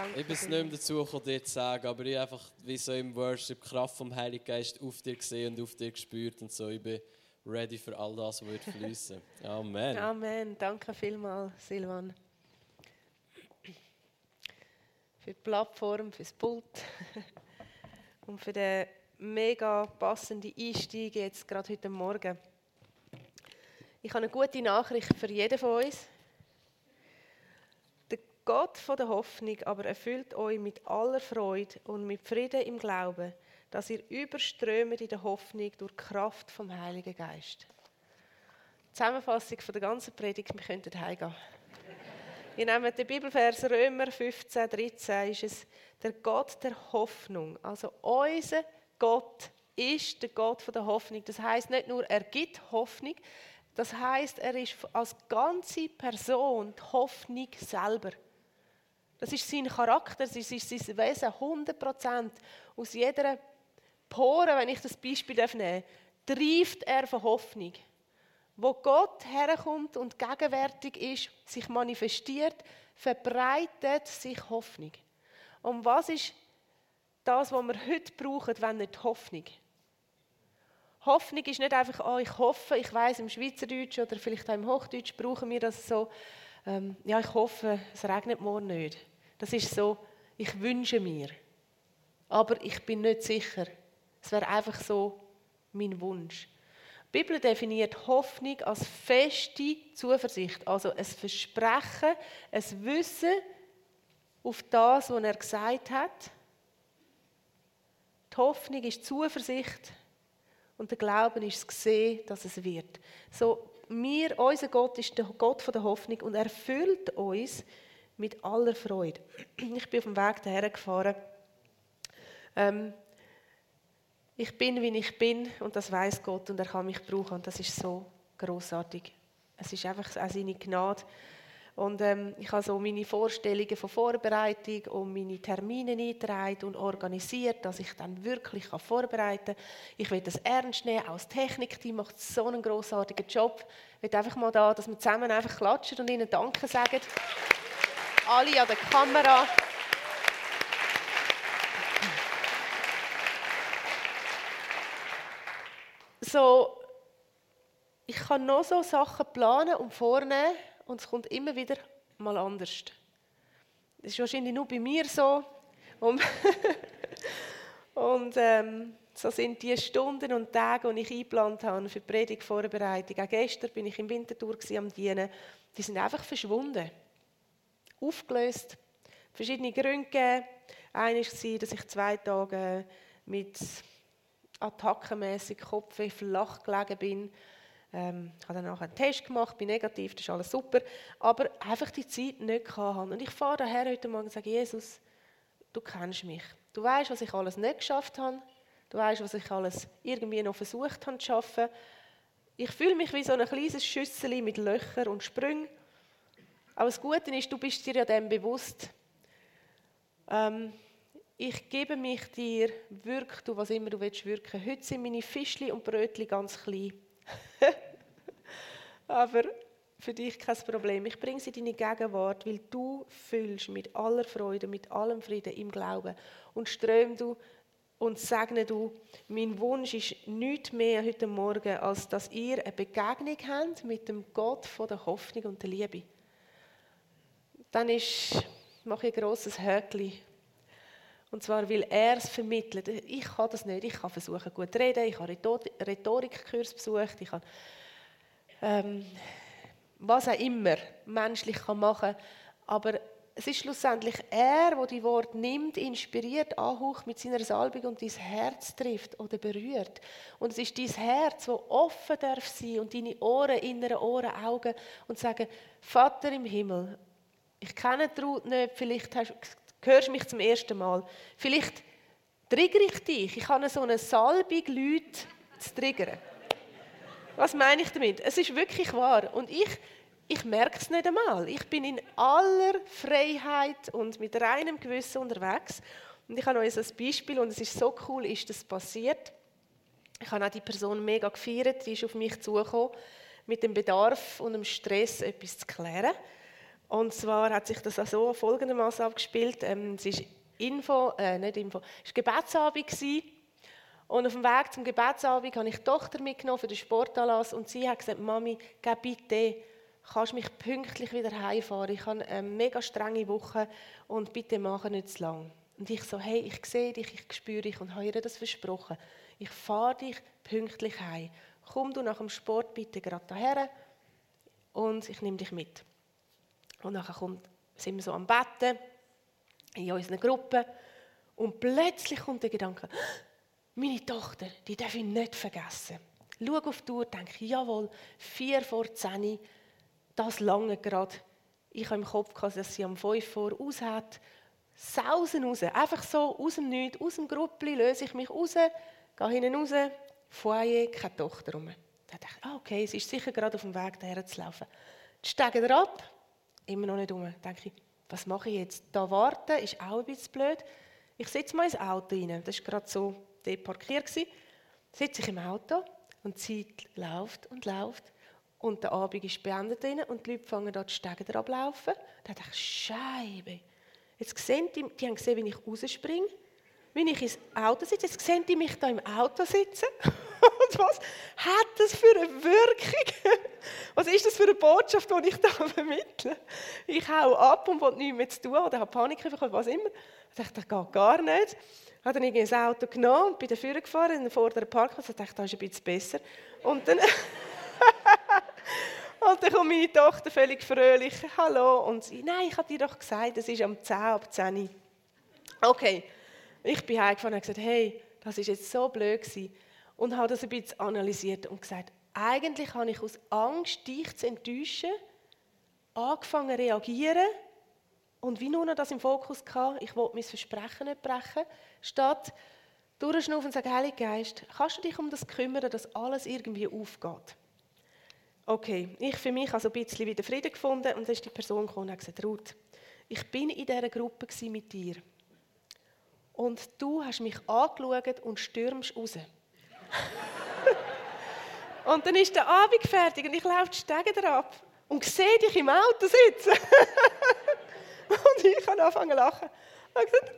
Ich bin es nicht mehr dazu gekommen, dir zu sagen, aber ich habe einfach wie so im Worship die Kraft vom Heiligen Geist auf dir gesehen und auf dir gespürt und so. Ich bin ready für all das, was wird fließen. Amen. Amen. Danke vielmals, Silvan. Für die Plattform, für das Pult und für den mega passenden Einstieg jetzt gerade heute Morgen. Ich habe eine gute Nachricht für jeden von uns. Der Gott von der Hoffnung aber erfüllt euch mit aller Freude und mit Frieden im Glauben, dass ihr überströmt in der Hoffnung durch die Kraft vom Heiligen Geist. Die Zusammenfassung von der ganzen Predigt, wir könnten heimgehen. Wir nehmen den Bibelvers Römer 15, 13, ist es der Gott der Hoffnung. Also unser Gott ist der Gott von der Hoffnung. Das heisst nicht nur, er gibt Hoffnung, das heisst, er ist als ganze Person die Hoffnung selber. Das ist sein Charakter, das ist sein Wesen, 100%. Aus jeder Pore, wenn ich das Beispiel nehmen darf, trieft er von Hoffnung. Wo Gott herkommt und gegenwärtig ist, sich manifestiert, verbreitet sich Hoffnung. Und was ist das, was wir heute brauchen, wenn nicht Hoffnung? Hoffnung ist nicht einfach, oh, ich hoffe, ich weiss, im Schweizerdeutsch oder vielleicht auch im Hochdeutsch brauchen wir das so, ja, ich hoffe, es regnet morgen nicht. Das ist so, ich wünsche mir, aber ich bin nicht sicher. Es wäre einfach so mein Wunsch. Die Bibel definiert Hoffnung als feste Zuversicht, also ein Versprechen, ein Wissen auf das, was er gesagt hat. Die Hoffnung ist Zuversicht und der Glauben ist das Sehen, dass es wird. So, unser Gott ist der Gott der Hoffnung und erfüllt uns mit aller Freude. Ich bin auf dem Weg daher gefahren. Ich bin, wie ich bin und das weiß Gott und er kann mich brauchen und das ist so grossartig. Es ist einfach auch seine Gnade. Und ich habe so meine Vorstellungen von Vorbereitung und meine Termine eingetragen und organisiert, dass ich dann wirklich vorbereiten kann. Ich will das ernst nehmen, auch das Technikteam macht so einen grossartigen Job. Ich will einfach mal da, dass wir zusammen einfach klatschen und ihnen Danke sagen. Alle an der Kamera. So, ich kann noch so Sachen planen und vornehmen und es kommt immer wieder mal anders. Das ist wahrscheinlich nur bei mir so. Und so sind die Stunden und Tage, die ich eingeplant habe für die Predigtvorbereitung. Auch gestern bin ich im Winterthur am Dienen. Die sind einfach verschwunden. Aufgelöst. Verschiedene Gründe gegeben. Einer war, dass ich 2 Tage mit attackenmässig Kopfweh flach gelegen bin. Ich habe dann nachher einen Test gemacht, bin negativ, das ist alles super. Aber einfach die Zeit nicht gehabt. Und ich fahre daher heute Morgen und sage, Jesus, du kennst mich. Du weißt, was ich alles nicht geschafft habe. Du weißt, was ich alles irgendwie noch versucht habe zu schaffen. Ich fühle mich wie so ein kleines Schüssel mit Löchern und Sprüngen. Aber das Gute ist, du bist dir ja dem bewusst. Ich gebe mich dir, wirk du, was immer du willst wirken. Heute sind meine Fischli und Brötli ganz klein. Aber für dich kein Problem. Ich bringe sie in deine Gegenwart, weil du fühlst mit aller Freude, mit allem Frieden im Glauben. Und ström du und segne du. Mein Wunsch ist nichts mehr heute Morgen, als dass ihr eine Begegnung habt mit dem Gott von der Hoffnung und der Liebe. Dann mache ich ein grosses Häkchen. Und zwar, weil er es vermittelt. Ich kann das nicht. Ich kann versuchen, gut zu reden. Ich habe Rhetorikkurs besucht. Ich habe was auch immer menschlich machen kann. Aber es ist schlussendlich er, der die Worte nimmt, inspiriert, anhaucht mit seiner Salbung und dein Herz trifft oder berührt. Und es ist dein Herz, das offen darf sein und deine Ohren, inneren Ohren, Augen und sagen, Vater im Himmel, ich kenne die Ruth nicht, vielleicht hörst du mich zum ersten Mal. Vielleicht triggere ich dich. Ich habe so eine Salbung, Leute zu triggern. Was meine ich damit? Es ist wirklich wahr. Und ich merke es nicht einmal. Ich bin in aller Freiheit und mit reinem Gewissen unterwegs. Und ich habe euch ein Beispiel, und es ist so cool, ist das passiert. Ich habe auch die Person mega gefeiert, die ist auf mich zugekommen, mit dem Bedarf und dem Stress etwas zu klären. Und zwar hat sich das auch so folgendermaßen abgespielt. Es ist Gebetsabend gewesen. Und auf dem Weg zum Gebetsabend habe ich die Tochter mitgenommen für den Sportanlass und sie hat gesagt, Mami, geh bitte, kannst du mich pünktlich wieder heimfahren? Ich habe eine mega strenge Woche und bitte mache nicht zu lang. Und ich so, hey, ich sehe dich, ich spüre dich und habe ihr das versprochen. Ich fahre dich pünktlich heim. Komm du nach dem Sport bitte gerade daher und ich nehme dich mit. Und dann sind wir so am Betten in unserer Gruppe und plötzlich kommt der Gedanke, meine Tochter, die darf ich nicht vergessen. Schau auf die Uhr, denke, jawohl, 10:45, das lange gerade. Ich habe im Kopf gehabt, dass sie am 5 vor aus hat. Sausen raus, einfach so aus dem Nichts, aus dem Gruppli löse ich mich raus, gehe hinten raus, Foyer, keine Tochter rum. Dann dachte ich, okay, sie ist sicher gerade auf dem Weg, daher zu laufen. Dann steigen wir ab, immer noch nicht rum. Dann denke ich, was mache ich jetzt? Da warten ist auch ein bisschen blöd. Ich setze mal ins Auto rein, das war gerade so dort parkiert. Sitze ich im Auto und die Zeit läuft und der Abend ist beendet und die Leute fangen an, die Stege ablaufen. Dann dachte ich, Scheibe. Jetzt sehen die haben gesehen, wie ich rausspringe, wie ich ins Auto sitze. Jetzt sehen die mich da im Auto sitzen. Und was hat das für eine Wirkung? Was ist das für eine Botschaft, die ich da vermittle? Ich hau ab und will nichts mehr zu tun oder habe Panik bekommen, was immer. Ich dachte, das geht gar nicht. Ich habe dann irgendwie ein Auto genommen und bin dafür gefahren, in den vorderen Parkplatz. Ich dachte, das ist ein bisschen besser. Und dann kommt meine Tochter völlig fröhlich. Hallo. Und sie, nein, ich habe dir doch gesagt, es ist am 10:10. Okay. Ich bin heimgefahren und habe gesagt, hey, das war jetzt so blöd gewesen. Und habe das ein bisschen analysiert und gesagt, eigentlich habe ich aus Angst, dich zu enttäuschen, angefangen zu reagieren und wie nur noch das im Fokus gehabt, ich wollte mein Versprechen nicht brechen, statt durchschnaufen und sagen, Heiliger Geist, kannst du dich um das kümmern, dass alles irgendwie aufgeht? Okay, ich für mich habe so ein bisschen wieder Frieden gefunden und dann ist die Person gekommen und hat gesagt, Ruth, ich bin in dieser Gruppe mit dir und du hast mich angeschaut und stürmst raus. Und dann ist der Abend fertig und ich laufe die Stege ab und sehe dich im Auto sitzen. Und ich habe angefangen zu lachen. Und gesagt,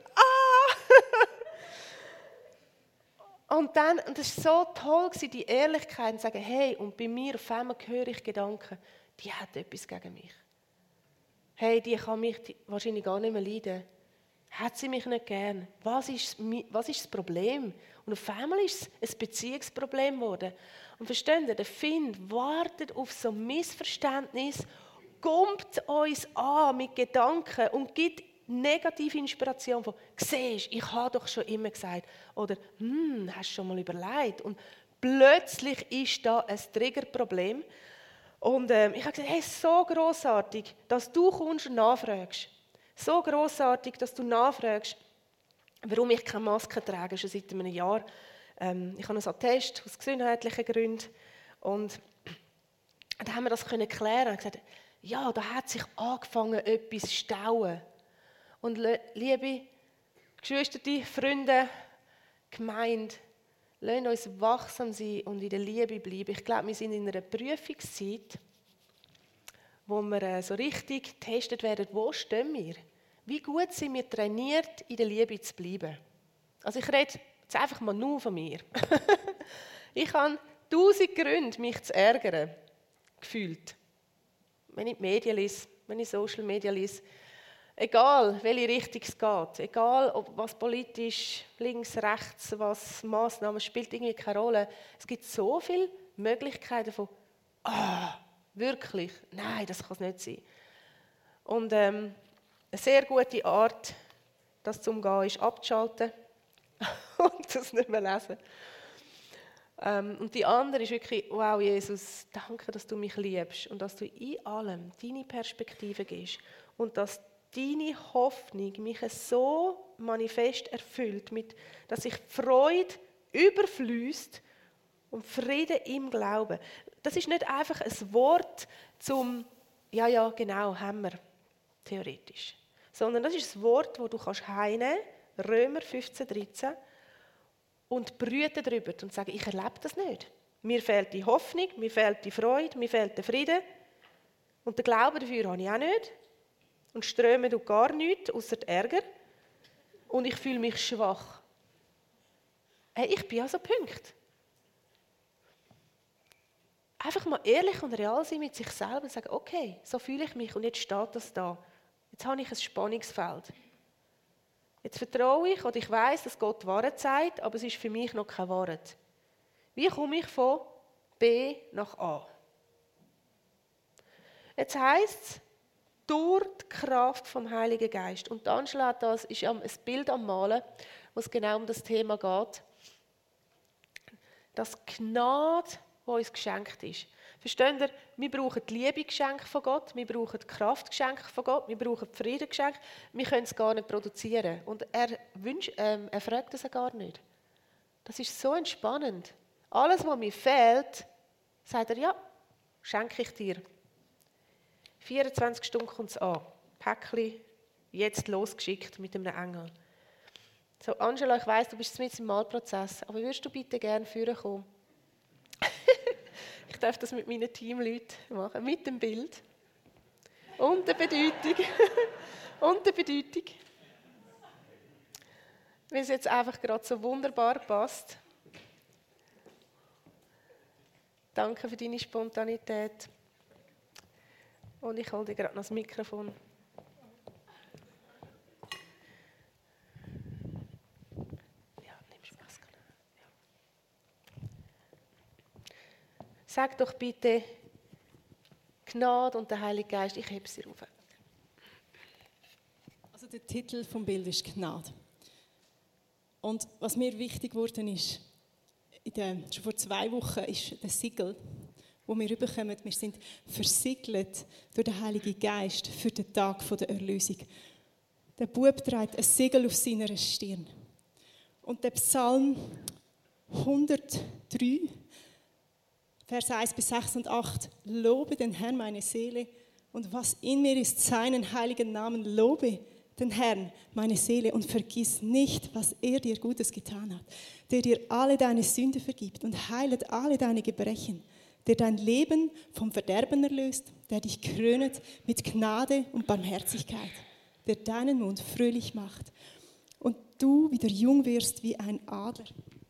Und das war so toll, die Ehrlichkeit zu sagen, hey, und bei mir auf einmal höre ich Gedanken, die hat etwas gegen mich. Hey, die kann mich wahrscheinlich gar nicht mehr leiden. Hat sie mich nicht gern? Was ist das Problem? Und auf einmal ist es ein Beziehungsproblem geworden. Und versteht ihr, der Feind wartet auf so ein Missverständnis, kommt uns an mit Gedanken und gibt negative Inspiration von, siehst, ich habe doch schon immer gesagt. Oder, hast du schon mal überlegt? Und plötzlich ist da ein Triggerproblem. Und ich habe gesagt, hey, so grossartig, dass du kommst und nachfragst. So grossartig, dass du nachfragst, warum ich keine Maske trage, schon seit einem Jahr. Ich habe einen Attest aus gesundheitlichen Gründen. Und dann haben wir das klären und gesagt, ja, da hat sich angefangen, etwas zu stauen. Und liebe Geschwister, Freunde, Gemeinde, lasst uns wachsam sein und in der Liebe bleiben. Ich glaube, wir sind in einer Prüfungszeit, wo wir so richtig getestet werden, wo stehen wir? Wie gut sind wir trainiert, in der Liebe zu bleiben? Also ich rede jetzt einfach mal nur von mir. Ich habe 1000 Gründe, mich zu ärgern, gefühlt. Wenn ich die Medien lese, wenn ich Social Media lese, egal, welche Richtung es geht, egal, ob was politisch, links, rechts, was Massnahmen, spielt irgendwie keine Rolle. Es gibt so viele Möglichkeiten von, wirklich, nein, das kann es nicht sein. Und eine sehr gute Art, das zu umgehen, ist abzuschalten und das nicht mehr lesen. Und die andere ist wirklich, wow, Jesus, danke, dass du mich liebst und dass du in allem deine Perspektive gibst und dass deine Hoffnung mich so manifest erfüllt, dass ich Freude überfließt und Frieden im Glauben. Das ist nicht einfach ein Wort zum, ja, genau, haben wir, theoretisch. Sondern das ist ein Wort, das du heimnehmen kannst, Römer 15,13, und brüten darüber und sagen, ich erlebe das nicht. Mir fehlt die Hoffnung, mir fehlt die Freude, mir fehlt der Frieden. Und den Glauben dafür habe ich auch nicht. und strömen tut gar nichts, außer Ärger. Und ich fühle mich schwach. Hey, ich bin also Punkt. Einfach mal ehrlich und real sein mit sich selber und sagen, okay, so fühle ich mich und jetzt steht das da. Jetzt habe ich ein Spannungsfeld. Jetzt vertraue ich oder ich weiss, dass Gott Wahrheit sagt, aber es ist für mich noch keine Wahrheit. Wie komme ich von B nach A? Jetzt heisst es, durch die Kraft vom Heiligen Geist. Und dann schlägt das, ist ein Bild am Malen, wo es genau um das Thema geht. Das Gnade, die uns geschenkt ist. Versteht ihr? Wir brauchen die Liebe geschenkt von Gott, wir brauchen die Kraft geschenkt von Gott, wir brauchen die Frieden geschenkt. Wir können es gar nicht produzieren. Und er fragt es gar nicht. Das ist so entspannend. Alles, was mir fehlt, sagt er, ja, schenke ich dir. 24 Stunden kommt es an. Päckchen, jetzt losgeschickt mit einem Engel. So, Angela, ich weiss, du bist mit im Malprozess, aber würdest du bitte gerne führen kommen? Ich darf das mit meinen Teamleuten machen, mit dem Bild. Und der Bedeutung. Und der Bedeutung. Weil es jetzt einfach gerade so wunderbar passt. Danke für deine Spontanität. Und ich hole dir gerade noch das Mikrofon. Ja, nimmst du Maske. Ja. Sag doch bitte Gnade und der Heilige Geist, ich hebe sie auf. Also der Titel vom Bild ist Gnade. Und was mir wichtig geworden ist, schon vor 2 Wochen ist der Siegel, wo wir bekommen, wir sind versiegelt durch den Heiligen Geist für den Tag der Erlösung. Der Bub trägt ein Siegel auf seiner Stirn. Und der Psalm 103, Vers 1 bis 6 und 8, lobe den Herrn meine Seele und was in mir ist, seinen heiligen Namen, lobe den Herrn meine Seele und vergiss nicht, was er dir Gutes getan hat, der dir alle deine Sünde vergibt und heilet alle deine Gebrechen, der dein Leben vom Verderben erlöst, der dich krönet mit Gnade und Barmherzigkeit, der deinen Mund fröhlich macht und du wieder jung wirst wie ein Adler.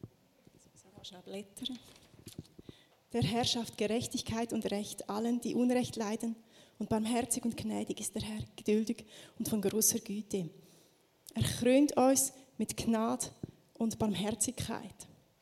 Der Herr schafft Gerechtigkeit und Recht allen, die Unrecht leiden, und barmherzig und gnädig ist der Herr, geduldig und von großer Güte. Er krönt uns mit Gnade und Barmherzigkeit.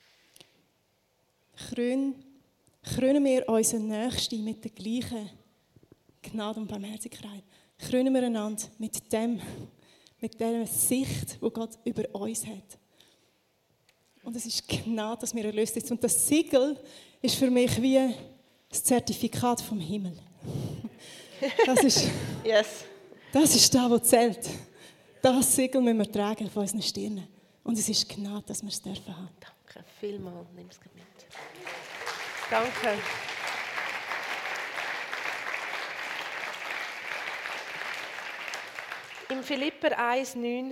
Krönen wir unseren Nächsten mit der gleichen Gnade und Barmherzigkeit. Krönen wir einander mit der Sicht, die Gott über uns hat. Und es ist Gnade, dass wir erlöst sind. Und das Siegel ist für mich wie das Zertifikat vom Himmel. Das ist, Yes. das ist das, was zählt. Das Siegel müssen wir tragen auf unseren Stirnen. Und es ist Gnade, dass wir es haben dürfen. Danke vielmals, nimm es mit. Danke. Im Philipper 1,9,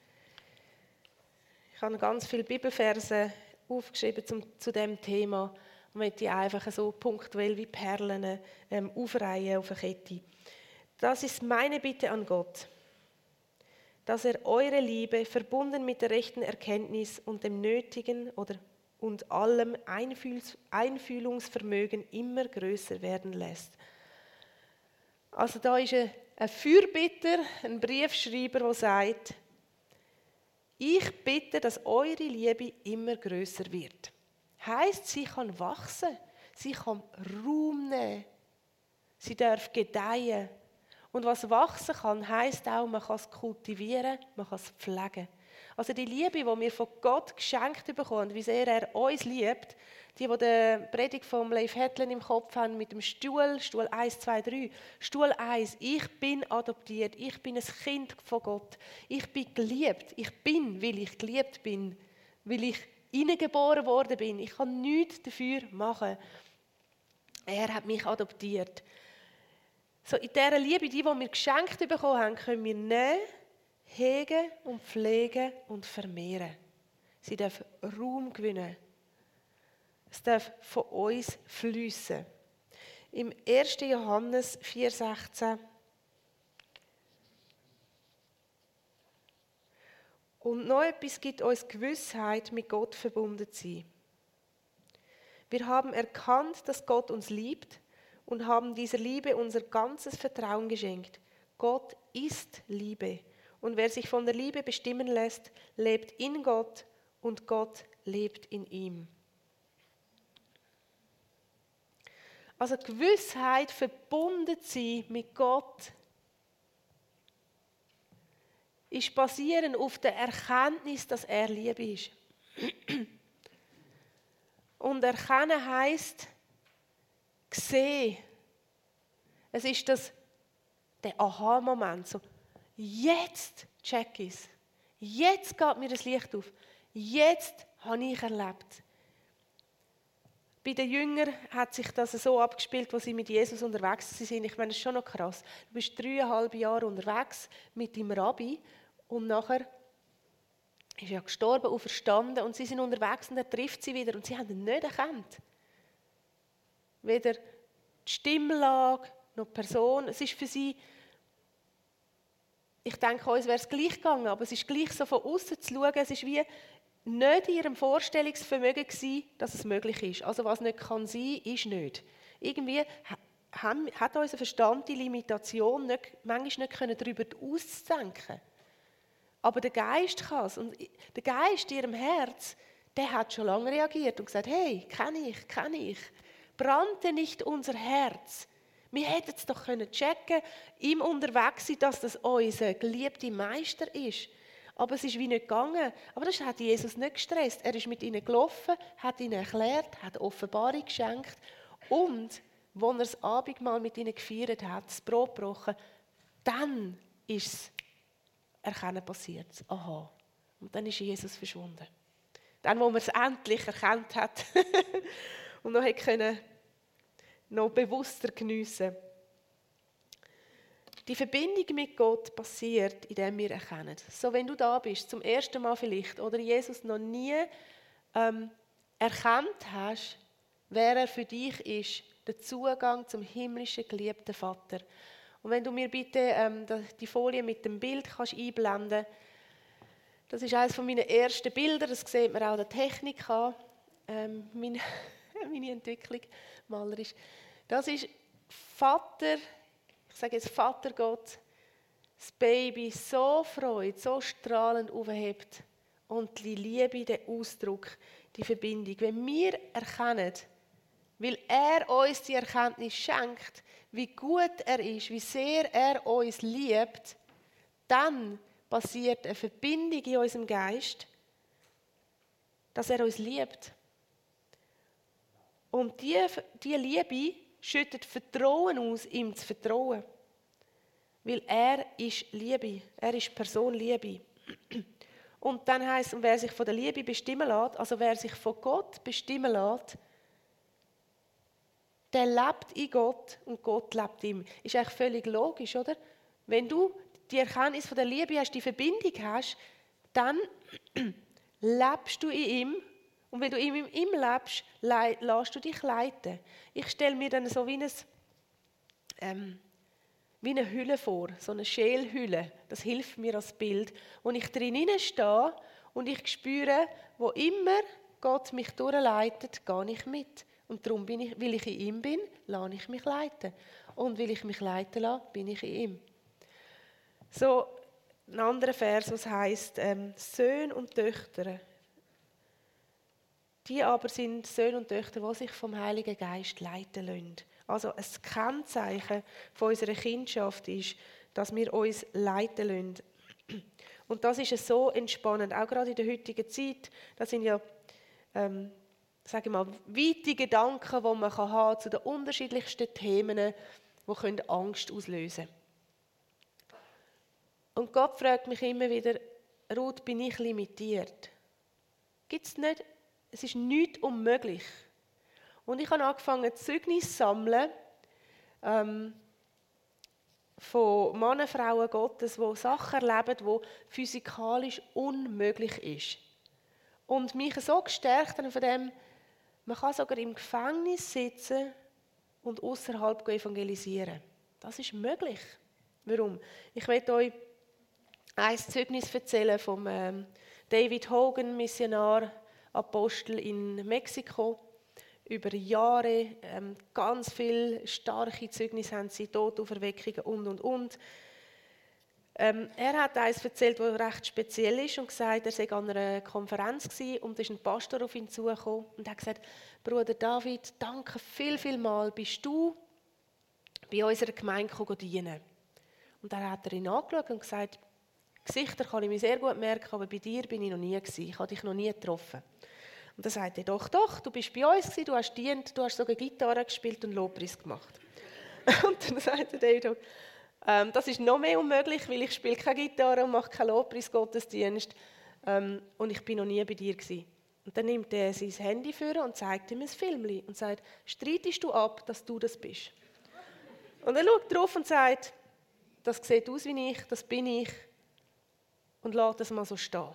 ich habe ganz viele Bibelverse aufgeschrieben zu diesem Thema. Und möchte ich einfach so punktuell wie Perlen aufreihen auf eine Kette. Das ist meine Bitte an Gott, dass er eure Liebe, verbunden mit der rechten Erkenntnis und dem nötigen und allem Einfühlungsvermögen immer größer werden lässt. Also da ist ein Fürbitter, ein Briefschreiber, der sagt, ich bitte, dass eure Liebe immer größer wird. Heisst, sie kann wachsen, sie kann Raum nehmen, sie darf gedeihen. Und was wachsen kann, heisst auch, man kann es kultivieren, man kann es pflegen. Also die Liebe, die wir von Gott geschenkt bekommen, wie sehr er uns liebt, die die Predigt von Leif Hetlen im Kopf haben mit dem Stuhl 1, 2, 3. Stuhl 1, ich bin adoptiert, ich bin ein Kind von Gott, ich bin geliebt, ich bin, weil ich geliebt bin, weil ich hineingeboren worden bin. Ich kann nichts dafür machen. Er hat mich adoptiert. So in dieser Liebe, die wir geschenkt bekommen haben, können wir nehmen, hegen und pflegen und vermehren. Sie darf Raum gewinnen. Es darf von uns fliessen. Im 1. Johannes 4,16 Und noch etwas gibt uns Gewissheit, mit Gott verbunden zu sein. Wir haben erkannt, dass Gott uns liebt und haben dieser Liebe unser ganzes Vertrauen geschenkt. Gott ist Liebe. Und wer sich von der Liebe bestimmen lässt, lebt in Gott und Gott lebt in ihm. Also die Gewissheit, verbunden zu sein mit Gott, ist basierend auf der Erkenntnis, dass er Liebe ist. Und erkennen heisst, sehen. Es ist der Aha-Moment. So, jetzt check ich es. Jetzt geht mir das Licht auf. Jetzt habe ich erlebt. Bei den Jüngern hat sich das so abgespielt, als sie mit Jesus unterwegs sind. Ich meine, das ist schon noch krass. Du bist 3,5 Jahre unterwegs mit deinem Rabbi und nachher ist er gestorben und verstanden und sie sind unterwegs und er trifft sie wieder und sie haben ihn nicht erkannt. Weder die Stimmlage noch die Person. Es ist für sie, ich denke, uns wäre es gleich gegangen, aber es ist gleich so von außen zu schauen, es ist wie nicht in ihrem Vorstellungsvermögen gewesen, dass es möglich ist. Also was nicht kann sein, ist nicht. Irgendwie hat unser Verstand die Limitation, manchmal nicht darüber auszudenken. Aber der Geist kann es. Und der Geist in ihrem Herz, der hat schon lange reagiert und gesagt, hey, kann ich. Brannte nicht unser Herz? Wir hätten es doch checken können, ihm unterwegs sein, dass das unser geliebter Meister ist. Aber es ist wie nicht gegangen. Aber das hat Jesus nicht gestresst. Er ist mit ihnen gelaufen, hat ihnen erklärt, hat Offenbarung geschenkt. Und, als er das Abendmahl mit ihnen gefeiert hat, das Brot gebrochen, dann ist es Erkennen passiert. Aha. Und dann ist Jesus verschwunden. Dann, wo man es endlich erkannt hat und noch können noch bewusster geniessen. Die Verbindung mit Gott passiert, indem wir erkennen. So, wenn du da bist, zum ersten Mal vielleicht, oder Jesus noch nie erkannt hast, wer er für dich ist, der Zugang zum himmlischen geliebten Vater. Und wenn du mir bitte die Folie mit dem Bild kannst einblenden, das ist eines meiner ersten Bilder, das sieht man auch der Technik an, meine Entwicklung malerisch. Das ist Vater, ich sage jetzt Vater Gott, das Baby so freut, so strahlend aufhebt und die Liebe, den Ausdruck, die Verbindung. Wenn wir erkennen, weil er uns die Erkenntnis schenkt, wie gut er ist, wie sehr er uns liebt, dann passiert eine Verbindung in unserem Geist, dass er uns liebt. Und die Liebe schüttet Vertrauen aus, ihm zu vertrauen. Weil er ist Liebe, er ist Person Liebe. Und dann heisst es, wer sich von der Liebe bestimmen lässt, also wer sich von Gott bestimmen lässt, der lebt in Gott und Gott lebt in ihm. Ist eigentlich völlig logisch, oder? Wenn du die Erkenntnis von der Liebe hast, die Verbindung hast, dann lebst du in ihm. Und wenn du in ihm lebst, lässt du dich leiten. Ich stelle mir dann so wie eine Hülle vor, so eine Schälhülle. Das hilft mir als Bild. Wo ich drinnen stehe und ich spüre, wo immer Gott mich durchleitet, gehe ich mit. Und darum, weil ich in ihm bin, lasse ich mich leiten. Und weil ich mich leiten lasse, bin ich in ihm. So ein anderer Vers, was heisst, Söhne und Töchter. Die aber sind Söhne und Töchter, die sich vom Heiligen Geist leiten lassen. Also ein Kennzeichen von unserer Kindschaft ist, dass wir uns leiten lassen. Und das ist so entspannend, auch gerade in der heutigen Zeit. Das sind ja sage ich mal, weite Gedanken, die man haben zu den unterschiedlichsten Themen, die Angst auslösen können. Und Gott fragt mich immer wieder, Ruth, bin ich limitiert? Gibt es nicht? Es ist nichts unmöglich. Und ich habe angefangen, Zeugnisse zu sammeln von Männern, Frauen Gottes, die Sachen erleben, die physikalisch unmöglich ist. Und mich so gestärkt von dem, man kann sogar im Gefängnis sitzen und außerhalb evangelisieren. Das ist möglich. Warum? Ich möchte euch ein Zeugnis erzählen vom David Hogan, Missionar, Apostel in Mexiko. Über Jahre ganz viele starke Zeugnisse haben sie, Todauferweckungen und. Er hat eines erzählt, das recht speziell ist und gesagt, er sei an einer Konferenz gewesen, und da ist ein Pastor auf ihn zugekommen und hat gesagt: Bruder David, danke viel mal, bist du bei unserer Gemeinde dienen. Und dann hat er ihn angeschaut und gesagt: Gesichter kann ich mir sehr gut merken, aber bei dir bin ich noch nie gewesen, ich habe dich noch nie getroffen. Und dann sagt er: Doch, du bist bei uns gewesen, du hast gedient, du hast sogar Gitarre gespielt und Lobpreis gemacht. Und dann sagt der David: das ist noch mehr unmöglich, weil ich spiele keine Gitarre und mache keinen Lobpreis-Gottesdienst und ich bin noch nie bei dir gewesen. Und dann nimmt er sein Handy vor und zeigt ihm ein Filmchen und sagt: Streitest du ab, dass du das bist? Und er schaut drauf und sagt: Das sieht aus wie ich, das bin ich, und lässt das mal so stehen.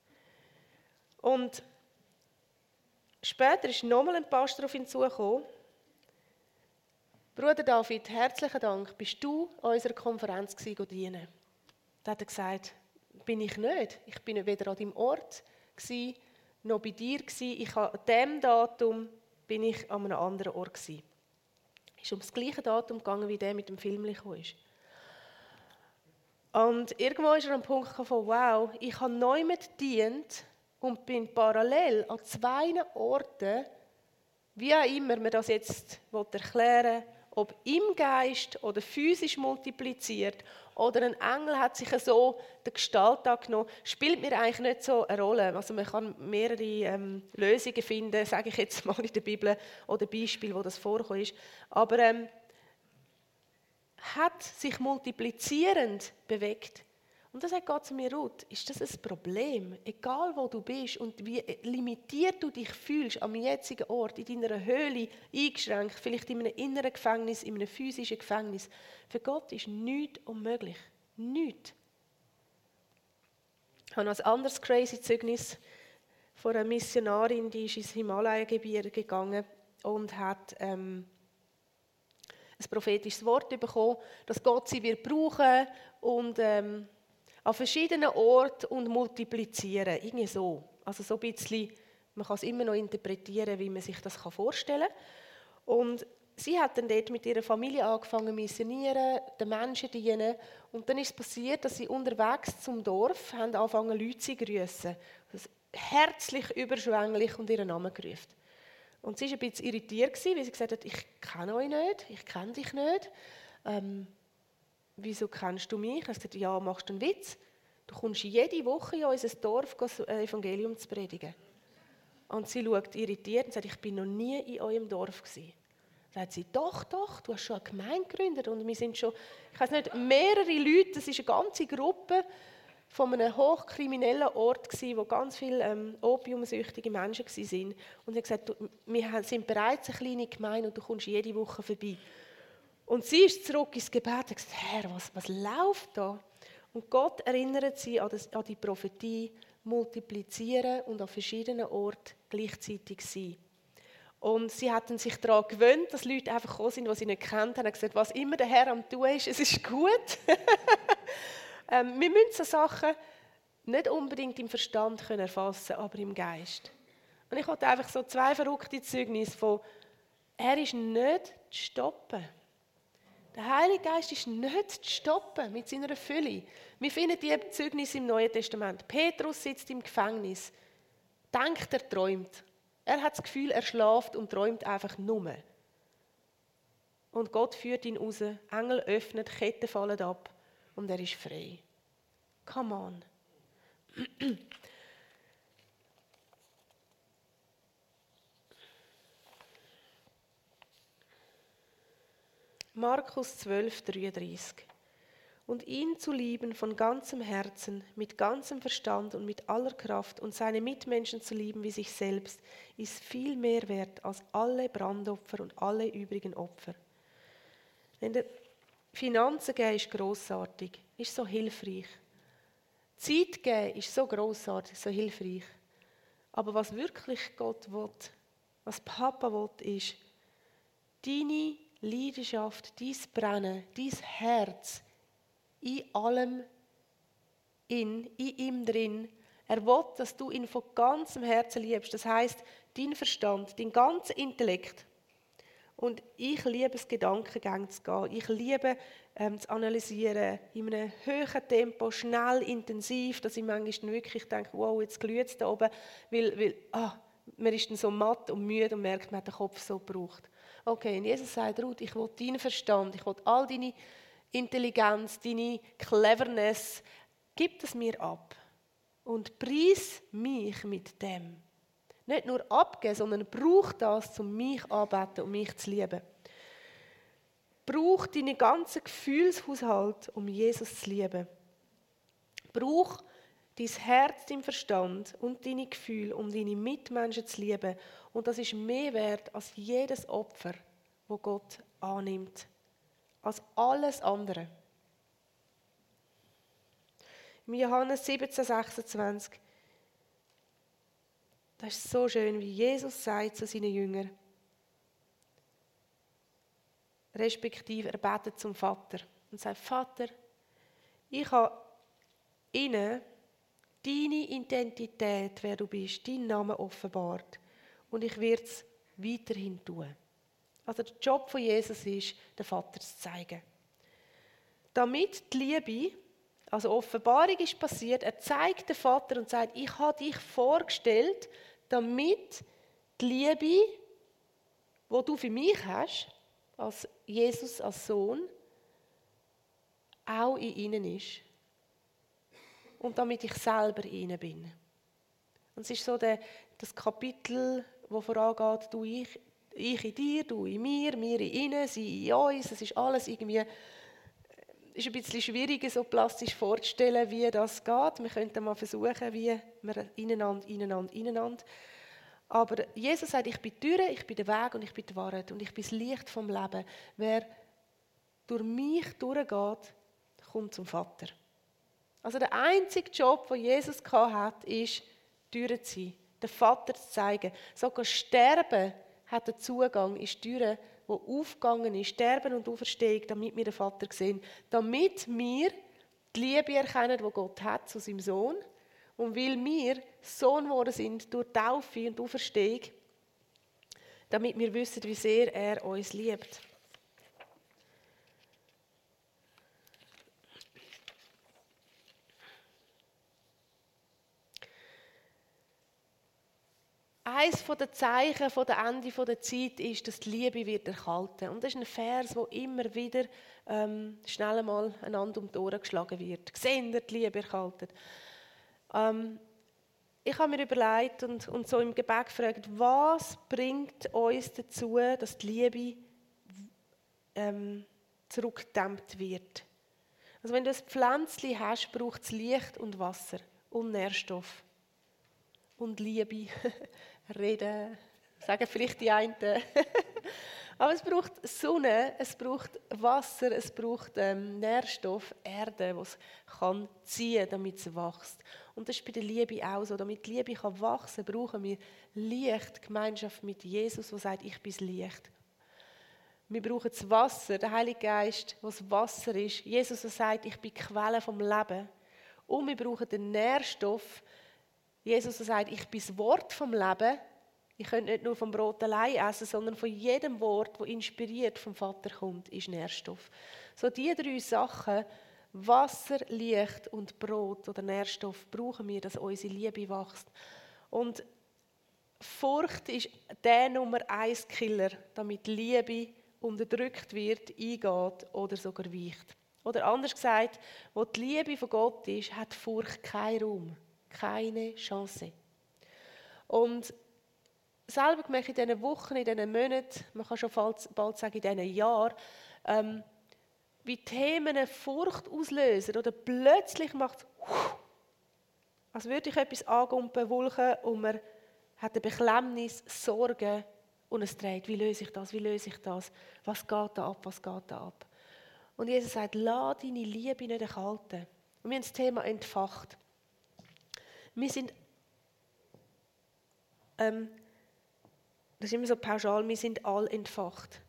Und später ist nochmal ein Pastor auf ihn zugekommen. Bruder David, herzlichen Dank, bist du an unserer Konferenz dienen? Da hat er gesagt: Bin ich nicht. Ich bin weder an deinem Ort gsi, noch bei dir gsi. An diesem Datum bin ich an einem anderen Ort gsi. Es ist um das gleiche Datum gegangen, wie der mit dem Film gekommen ist. Und irgendwo ist er am Punkt gekommen: Wow, ich habe neu mit gedient und bin parallel an 2 Orten, wie auch immer man das jetzt erklären will, ob im Geist oder physisch multipliziert oder ein Engel hat sich so der Gestalt angenommen, spielt mir eigentlich nicht so eine Rolle. Also man kann mehrere Lösungen finden, sage ich jetzt mal in der Bibel, oder Beispiele, wo das vorkommt ist. Aber hat sich multiplizierend bewegt. Und dann sagt Gott zu mir: Ruth, ist das ein Problem? Egal wo du bist und wie limitiert du dich fühlst am jetzigen Ort, in deiner Höhle eingeschränkt, vielleicht in einem inneren Gefängnis, in einem physischen Gefängnis. Für Gott ist nichts unmöglich. Nichts. Ich habe noch ein anderes crazy Zeugnis von einer Missionarin, die ist ins Himalaya-Gebirge gegangen und hat ein prophetisches Wort bekommen, dass Gott sie wird brauchen und an verschiedenen Orten und multiplizieren. Irgendwie so. Also so ein bisschen, man kann es immer noch interpretieren, wie man sich das vorstellen kann. Und sie hat dann dort mit ihrer Familie angefangen zu missionieren, den Menschen dienen. Und dann ist es passiert, dass sie unterwegs zum Dorf haben angefangen, Leute zu grüssen. Herzlich, überschwänglich und ihren Namen gerufen. Und sie war ein bisschen irritiert, weil sie gesagt hat: Ich kenne euch nicht, ich kenne dich nicht. Wieso kennst du mich? Er hat gesagt: Ja, machst du einen Witz? Du kommst jede Woche in unser Dorf, das Evangelium zu predigen. Und sie schaut irritiert und sagt: Ich bin noch nie in eurem Dorf gewesen. Dann sagt sie: Doch, du hast schon eine Gemeinde gegründet. Und wir sind schon, ich weiß nicht, mehrere Leute, das ist eine ganze Gruppe von einem hochkriminellen Ort gewesen, wo ganz viele opiumsüchtige Menschen waren. Und sie hat gesagt: Wir sind bereits eine kleine Gemeinde und du kommst jede Woche vorbei. Und sie ist zurück ins Gebet und hat gesagt: Herr, was läuft da? Und Gott erinnert sie an die Prophetie, multiplizieren und an verschiedenen Orten gleichzeitig sein. Und sie hatten sich daran gewöhnt, dass Leute einfach gekommen sind, die sie nicht kennt haben, und gesagt: Was immer der Herr am tun ist, es ist gut. Wir müssen so Sachen nicht unbedingt im Verstand erfassen können, aber im Geist. Und ich hatte einfach so 2 verrückte Zeugnisse von: Er ist nicht zu stoppen. Der Heilige Geist ist nicht zu stoppen mit seiner Fülle. Wir finden die Zeugnisse im Neuen Testament. Petrus sitzt im Gefängnis, denkt, er träumt. Er hat das Gefühl, er schläft und träumt einfach nur. Und Gott führt ihn raus, Engel öffnen, Ketten fallen ab und er ist frei. Come on. Markus 12, 33. Und ihn zu lieben von ganzem Herzen, mit ganzem Verstand und mit aller Kraft und seine Mitmenschen zu lieben wie sich selbst, ist viel mehr wert als alle Brandopfer und alle übrigen Opfer. Wenn der Finanzen geben ist grossartig, ist so hilfreich. Zeit geben ist so grossartig, so hilfreich. Aber was wirklich Gott will, was Papa will, ist deine Leidenschaft, dein Brennen, dein Herz in allem ihn, in ihm drin. Er will, dass du ihn von ganzem Herzen liebst. Das heisst, dein Verstand, dein ganzer Intellekt. Und ich liebe es, Gedankengänge zu gehen. Ich liebe zu analysieren, in einem hohen Tempo, schnell, intensiv, dass ich manchmal wirklich denke, wow, jetzt glüht es da oben, weil man ist dann so matt und müde und merkt, man hat den Kopf so gebraucht. Okay, und Jesus sagt, Ruth, ich will deinen Verstand, ich will all deine Intelligenz, deine Cleverness, gib es mir ab und preis mich mit dem. Nicht nur abgeben, sondern brauch das, um mich anzubeten und mich zu lieben. Brauch deinen ganzen Gefühlshaushalt, um Jesus zu lieben. Brauch dein Herz, dein Verstand und deine Gefühle, um deine Mitmenschen zu lieben. Und das ist mehr wert als jedes Opfer, das Gott annimmt. Als alles andere. Im Johannes 17,26 das ist so schön, wie Jesus sagt zu seinen Jüngern, respektive er betet zum Vater und sagt, Vater, ich habe ihnen deine Identität, wer du bist, deinen Namen offenbart und ich werde es weiterhin tun. Also der Job von Jesus ist, den Vater zu zeigen. Damit die Liebe, also Offenbarung ist passiert, er zeigt den Vater und sagt, ich habe dich vorgestellt, damit die Liebe, die du für mich hast, als Jesus, als Sohn, auch in ihnen ist. Und damit ich selber in ihnen bin. Und es ist so das Kapitel, das vorangeht, du, ich in dir, du in mir, wir in ihnen, sie in uns. Es ist alles irgendwie, ist ein bisschen schwieriger, so plastisch vorzustellen, wie das geht. Wir könnten mal versuchen, wie wir ineinander. Aber Jesus sagt, ich bin die Tür, ich bin der Weg und ich bin die Wahrheit und ich bin das Licht vom Leben. Wer durch mich durchgeht, kommt zum Vater. Also der einzige Job, den Jesus hatte, ist, Türen zu sein, den Vater zu zeigen. Sogar Sterben hat einen Zugang, ist die Tür, die aufgegangen ist, Sterben und Auferstehung, damit wir den Vater sehen. Damit wir die Liebe erkennen, die Gott hat zu seinem Sohn. Und weil wir Sohn geworden sind durch Taufe und Auferstehung, damit wir wissen, wie sehr er uns liebt. Eines der Zeichen von der Ende der Zeit ist, dass die Liebe wird erkalten. Und das ist ein Vers, wo immer wieder schnell einmal einander um die Ohren geschlagen wird. Seht ihr, die Liebe erkaltet. Ich habe mir überlegt und so im Gebet gefragt, was bringt uns dazu, dass die Liebe zurückgedämmt wird. Also wenn du ein Pflänzchen hast, braucht es Licht und Wasser und Nährstoff. Und Liebe, reden, sagen vielleicht die einen. Aber es braucht Sonne, es braucht Wasser, es braucht Nährstoff, Erde, die es kann ziehen, damit es wächst. Und das ist bei der Liebe auch so. Damit die Liebe kann wachsen kann, brauchen wir Licht, Gemeinschaft mit Jesus, der sagt, ich bin das Licht. Wir brauchen das Wasser, der Heilige Geist, was Wasser ist. Jesus, der sagt, ich bin die Quelle vom Leben. Und wir brauchen den Nährstoff. Jesus, der sagt, ich bin das Wort vom Leben. Ich könnte nicht nur vom Brot allein essen, sondern von jedem Wort, das inspiriert vom Vater kommt, ist Nährstoff. So diese 3 Sachen, Wasser, Licht und Brot oder Nährstoff, brauchen wir, dass unsere Liebe wächst. Und Furcht ist der Nummer 1 Killer, damit Liebe unterdrückt wird, eingeht oder sogar weicht. Oder anders gesagt, wo die Liebe von Gott ist, hat Furcht keinen Raum, keine Chance. Und selber gemerkt in diesen Wochen, in diesen Monaten, man kann schon bald sagen, in diesen Jahren, wie Themen Furcht auslösen oder plötzlich macht es, als würde ich etwas angumpen, Wolken und man hat eine Beklemmnis, Sorgen und es dreht, wie löse ich das, was geht da ab. Und Jesus sagt, lass deine Liebe nicht erkalten. Und wir haben das Thema entfacht. Wir sind, das ist immer so pauschal, wir sind alle entfacht.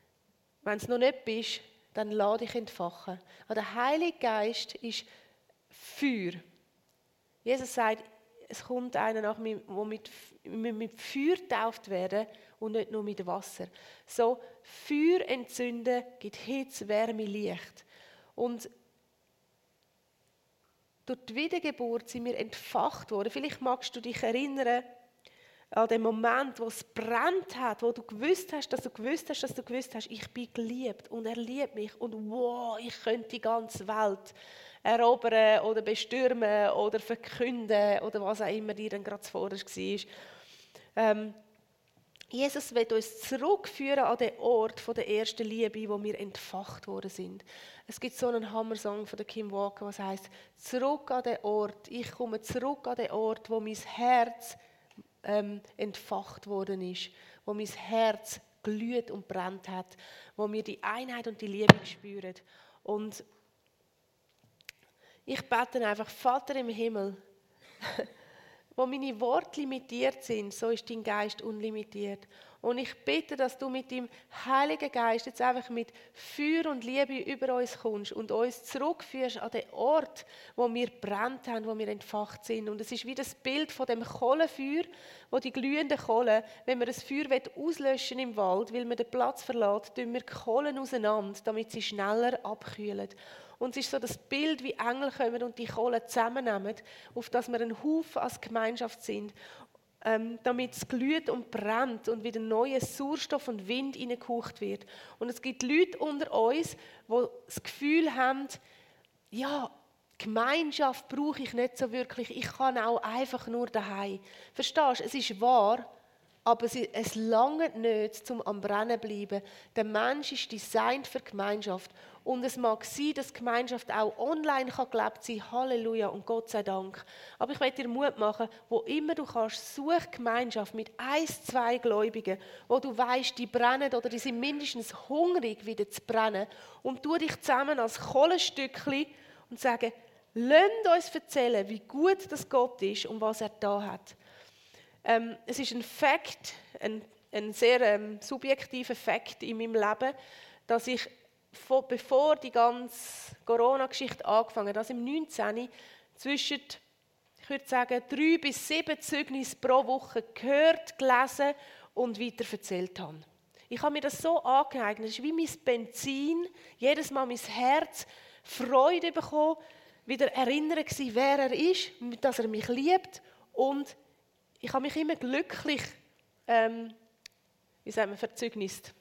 Wenn es noch nicht bist, dann lass dich entfachen. Aber der Heilige Geist ist Feuer. Jesus sagt, es kommt einer nach mir, der mit Feuer getauft werden und nicht nur mit Wasser. So, Feuer entzünden gibt Hitze, Wärme, Licht. Und durch die Wiedergeburt sind wir entfacht worden. Vielleicht magst du dich erinnern an den Moment, wo es brennt hat, wo du gewusst hast, ich bin geliebt und er liebt mich und wow, ich könnte die ganze Welt erobern oder bestürmen oder verkünden oder was auch immer dir dann gerade zuvorderst war. Jesus will uns zurückführen an den Ort von der ersten Liebe, wo wir entfacht worden sind. Es gibt so einen Hammersong von der Kim Walker, was heißt: Zurück an den Ort. Ich komme zurück an den Ort, wo mein Herz entfacht worden ist, wo mein Herz glüht und brennt hat, wo wir die Einheit und die Liebe spüren. Und ich bete einfach, Vater im Himmel, wo meine Worte limitiert sind, so ist dein Geist unlimitiert. Und ich bitte, dass du mit dem Heiligen Geist jetzt einfach mit Feuer und Liebe über uns kommst und uns zurückführst an den Ort, wo wir brennt haben, wo wir entfacht sind. Und es ist wie das Bild von dem Kohlenfeuer, wo die glühenden Kohlen, wenn man das Feuer auslöschen im Wald, weil man den Platz verlässt, tun wir die Kohlen auseinander, damit sie schneller abkühlen. Und es ist so das Bild, wie Engel kommen und die Kohlen zusammennehmen, auf dass wir ein Haufen als Gemeinschaft sind, damit es glüht und brennt und wieder neuer Sauerstoff und Wind hineingehaucht wird. Und es gibt Leute unter uns, die das Gefühl haben, ja, Gemeinschaft brauche ich nicht so wirklich, ich kann auch einfach nur daheim. Verstehst du, es ist wahr, aber es langt nicht, um am Brennen zu bleiben. Der Mensch ist designt für Gemeinschaft. Und es mag sein, dass Gemeinschaft auch online gelebt sein kann. Halleluja und Gott sei Dank. Aber ich möchte dir Mut machen, wo immer du kannst, such Gemeinschaft mit 1, 2 Gläubigen, wo du weißt, die brennen oder die sind mindestens hungrig, wieder zu brennen. Und tu dich zusammen als Kohlenstückchen und sage, lasst uns erzählen, wie gut das Gott ist und was er da hat. Es ist ein Fakt, ein sehr subjektiver Fakt in meinem Leben, dass ich, bevor die ganze Corona-Geschichte angefangen hat, also im 19. zwischen, ich würde sagen, 3 bis 7 Zeugnisse pro Woche gehört, gelesen und weiter erzählt habe. Ich habe mir das so angeeignet, es ist wie mein Benzin, jedes Mal mein Herz Freude bekommen, wieder erinnern gewesen, wer er ist, dass er mich liebt und ich habe mich immer glücklich, wie sagen wir, verzeugnist.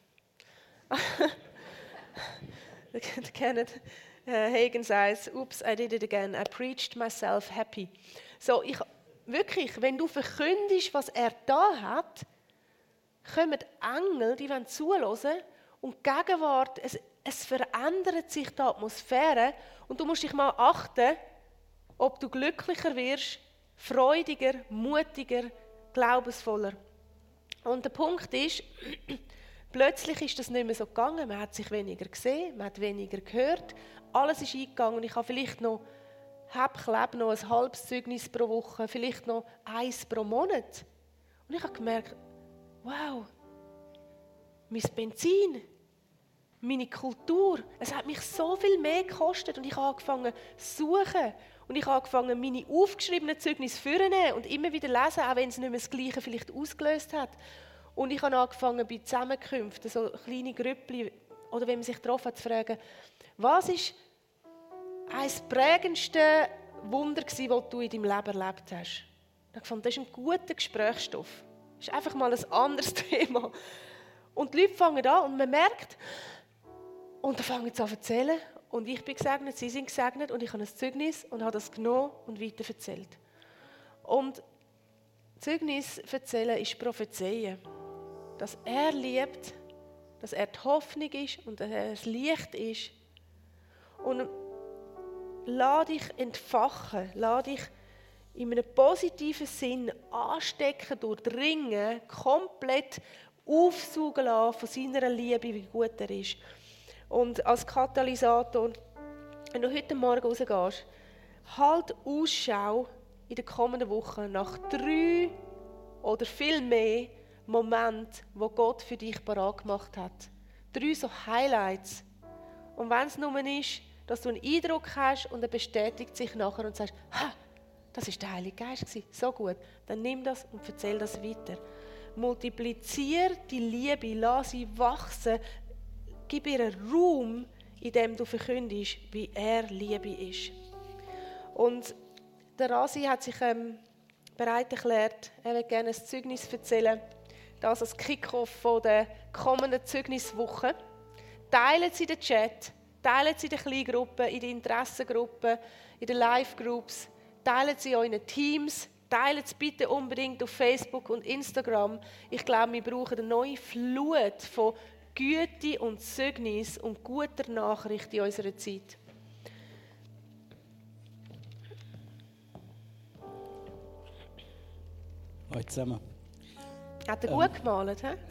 Ihr kennt Hagen sagt, "Oops, I did it again. I preached myself happy." So, wirklich, wenn du verkündest, was er da hat, kommen Engel, die wollen zuhören und die Gegenwart, es verändert sich die Atmosphäre und du musst dich mal achten, ob du glücklicher wirst, freudiger, mutiger, glaubensvoller. Und der Punkt ist, plötzlich ist das nicht mehr so gegangen, man hat sich weniger gesehen, man hat weniger gehört, alles ist eingegangen und ich habe vielleicht noch noch ein halbes Zeugnis pro Woche, vielleicht noch 1 pro Monat. Und ich habe gemerkt, wow, mein Benzin, meine Kultur, es hat mich so viel mehr gekostet und ich habe angefangen zu suchen und ich habe angefangen, meine aufgeschriebenen Zeugnisse vorzunehmen und immer wieder lesen, auch wenn es nicht mehr das Gleiche vielleicht ausgelöst hat. Und ich habe angefangen, bei Zusammenkünften, so kleine Grüppchen, oder wenn man sich getroffen hat, zu fragen, was ist eines der prägendsten Wunder gewesen, das du in deinem Leben erlebt hast? Ich fand, das ist ein guter Gesprächsstoff. Das ist einfach mal ein anderes Thema. Und die Leute fangen an und man merkt, und dann fangen sie an zu erzählen. Und ich bin gesegnet, sie sind gesegnet und ich habe ein Zeugnis und habe das genommen und weiter erzählt. Und Zeugnis erzählen ist Prophezeien. Dass er liebt, dass er die Hoffnung ist und dass er das Licht ist. Und lass dich entfachen, lass dich in einem positiven Sinn anstecken, durchdringen, komplett aufsaugen lassen von seiner Liebe, wie gut er ist. Und als Katalysator, wenn du heute Morgen rausgehst, halt Ausschau in den kommenden Wochen nach 3 oder viel mehr Momenten, wo Gott für dich parat gemacht hat. 3 so Highlights. Und wenn es nur ist, dass du einen Eindruck hast und er bestätigt sich nachher und sagst, ha, das war der Heilige Geist gewesen. So gut. Dann nimm das und erzähl das weiter. Multiplizier die Liebe, lass sie wachsen, gib ihr Raum, indem du verkündest, wie er Liebe ist. Und der Rasi hat sich bereit erklärt, er will gerne ein Zeugnis erzählen, das als Kick-Off von der kommenden Zeugniswoche. Teilen Sie den Chat, teilen Sie in den Kleingruppen, in den Interessengruppen, in den Live-Groups, teilen Sie euren Teams, teilen Sie bitte unbedingt auf Facebook und Instagram. Ich glaube, wir brauchen eine neue Flut von Güte und Zeugnis und guter Nachricht in unserer Zeit. Hallo zusammen. Hat er gut gemalt, he?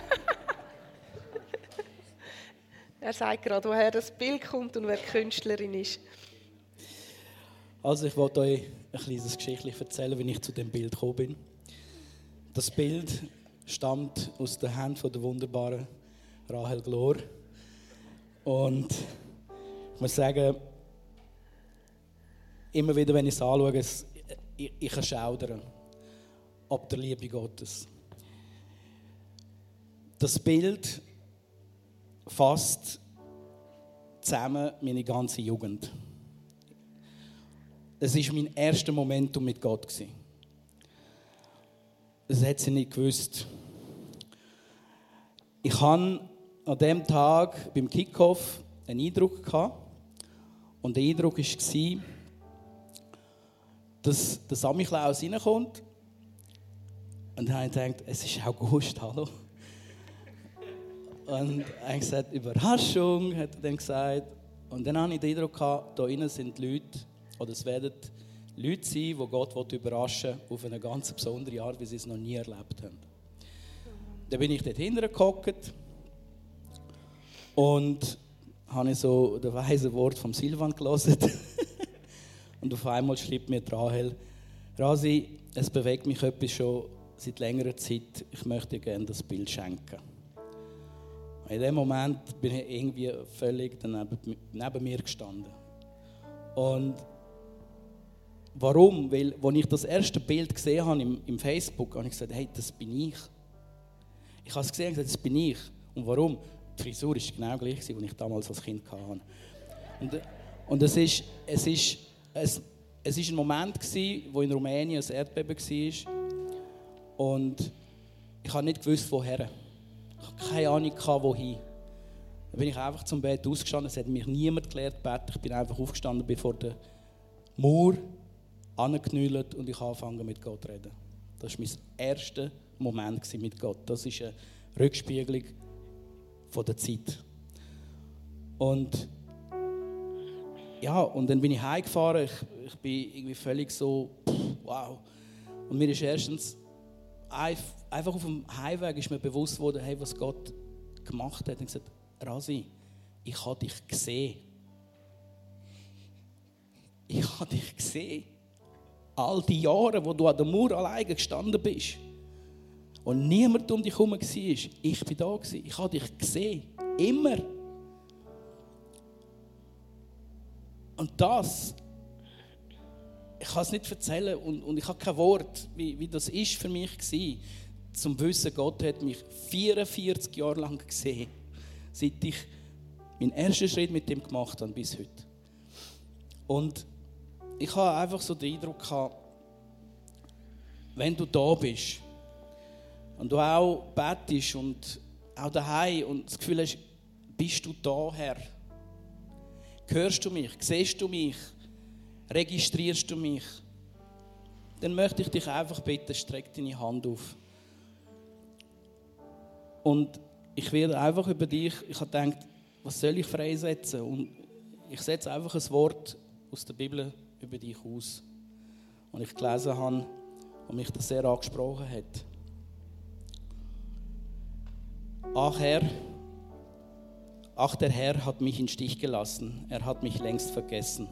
Er sagt gerade, woher das Bild kommt und wer die Künstlerin ist. Also ich wollte euch ein kleines Geschichtchen erzählen, wie ich zu dem Bild gekommen bin. Das Bild stammt aus der Hand von der wunderbaren Rahel Glor. Und ich muss sagen, immer wieder, wenn ich es anschaue, ich kann schaudern ab der Liebe Gottes. Das Bild fasst zusammen meine ganze Jugend. Es war mein erster Momentum mit Gott. Das hat sie nicht gewusst. Ich hatte an diesem Tag beim Kickoff einen Eindruck gehabt. Und der Eindruck war, dass der Sammy Klaus reinkommt. Und dann habe ich gedacht, es ist August, hallo. Und er hat gesagt, Überraschung, hat er dann gesagt. Und dann hatte ich den Eindruck gehabt, da innen sind Leute, oder es werden Leute sein, die Gott überraschen will, auf eine ganz besondere Art, wie sie es noch nie erlebt haben. Dann bin ich dort hinten gehockt und habe so das weise Wort vom Silvan gelesen. Und auf einmal schreibt mir Rahel, Rasi, es bewegt mich etwas schon seit längerer Zeit, ich möchte dir gerne das Bild schenken. In dem Moment bin ich irgendwie völlig neben mir gestanden. Und warum? Weil, als ich das erste Bild gesehen habe im Facebook, habe ich gesagt, hey, das bin ich. Ich habe es gesehen und gesagt, das bin ich. Und warum? Die Frisur war genau gleich, die ich damals als Kind hatte. Und es war ein Moment, wo in Rumänien ein Erdbeben war. Und ich habe nicht gewusst, woher. Ich hatte keine Ahnung, wohin. Dann bin ich einfach zum Bett ausgestanden. Es hat mir niemand gelehrt, ich bin einfach aufgestanden, bin vor der Mauer angeknüllt und ich habe angefangen mit Gott zu reden. Das war mein erster Moment mit Gott. Das ist eine Rückspiegelung von der Zeit. Und ja, und dann bin ich heimgefahren. Ich bin irgendwie völlig so, wow. Und mir ist erstens einfach auf dem Heimweg ist mir bewusst geworden, hey, was Gott gemacht hat. Und gesagt, Rasi, ich habe dich gesehen. Ich habe dich gesehen. All die Jahre, wo du an der Mauer alleine gestanden bist und niemand um dich herum war, ich war da. Ich habe dich gesehen. Immer. Und das, ich kann es nicht erzählen und ich habe kein Wort, wie das ist für mich war, zum Wissen, Gott hat mich 44 Jahre lang gesehen, seit ich meinen ersten Schritt mit ihm gemacht habe bis heute. Und ich habe einfach so den Eindruck gehabt, wenn du da bist und du auch betest und auch daheim und das Gefühl hast, bist du da, Herr? Hörst du mich? Siehst du mich? Registrierst du mich? Dann möchte ich dich einfach bitten, streck deine Hand auf. Und ich werde einfach über dich, ich habe gedacht, was soll ich freisetzen? Und ich setze einfach ein Wort aus der Bibel über dich aus. Und ich gelesen habe und mich das sehr angesprochen hat. Ach, der Herr hat mich im Stich gelassen, er hat mich längst vergessen.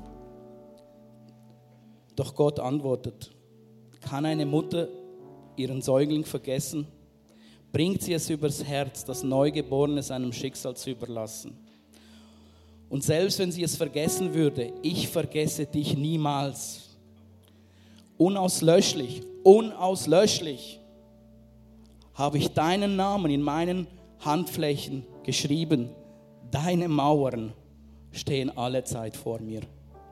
Doch Gott antwortet, kann eine Mutter ihren Säugling vergessen? Bringt sie es übers Herz, das Neugeborene seinem Schicksal zu überlassen? Und selbst wenn sie es vergessen würde, ich vergesse dich niemals. Unauslöschlich, unauslöschlich habe ich deinen Namen in meinen Handflächen geschrieben. Deine Mauern stehen alle Zeit vor mir.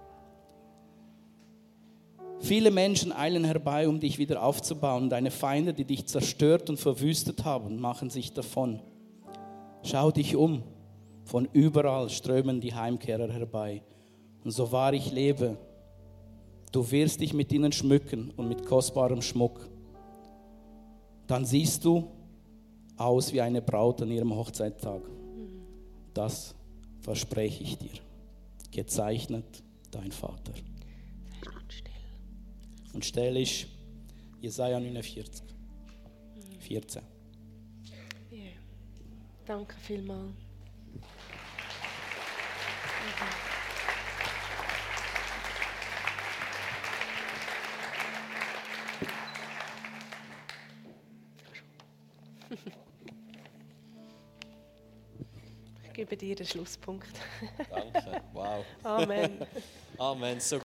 Viele Menschen eilen herbei, um dich wieder aufzubauen. Deine Feinde, die dich zerstört und verwüstet haben, machen sich davon. Schau dich um. Von überall strömen die Heimkehrer herbei. Und so wahr ich lebe, du wirst dich mit ihnen schmücken und mit kostbarem Schmuck. Dann siehst du aus wie eine Braut an ihrem Hochzeitstag. Das verspreche ich dir. Gezeichnet dein Vater. Und still ist Jesaja 49, 14. Yeah. Danke vielmals. Ich gebe dir den Schlusspunkt. Danke. Wow. Amen. Amen. So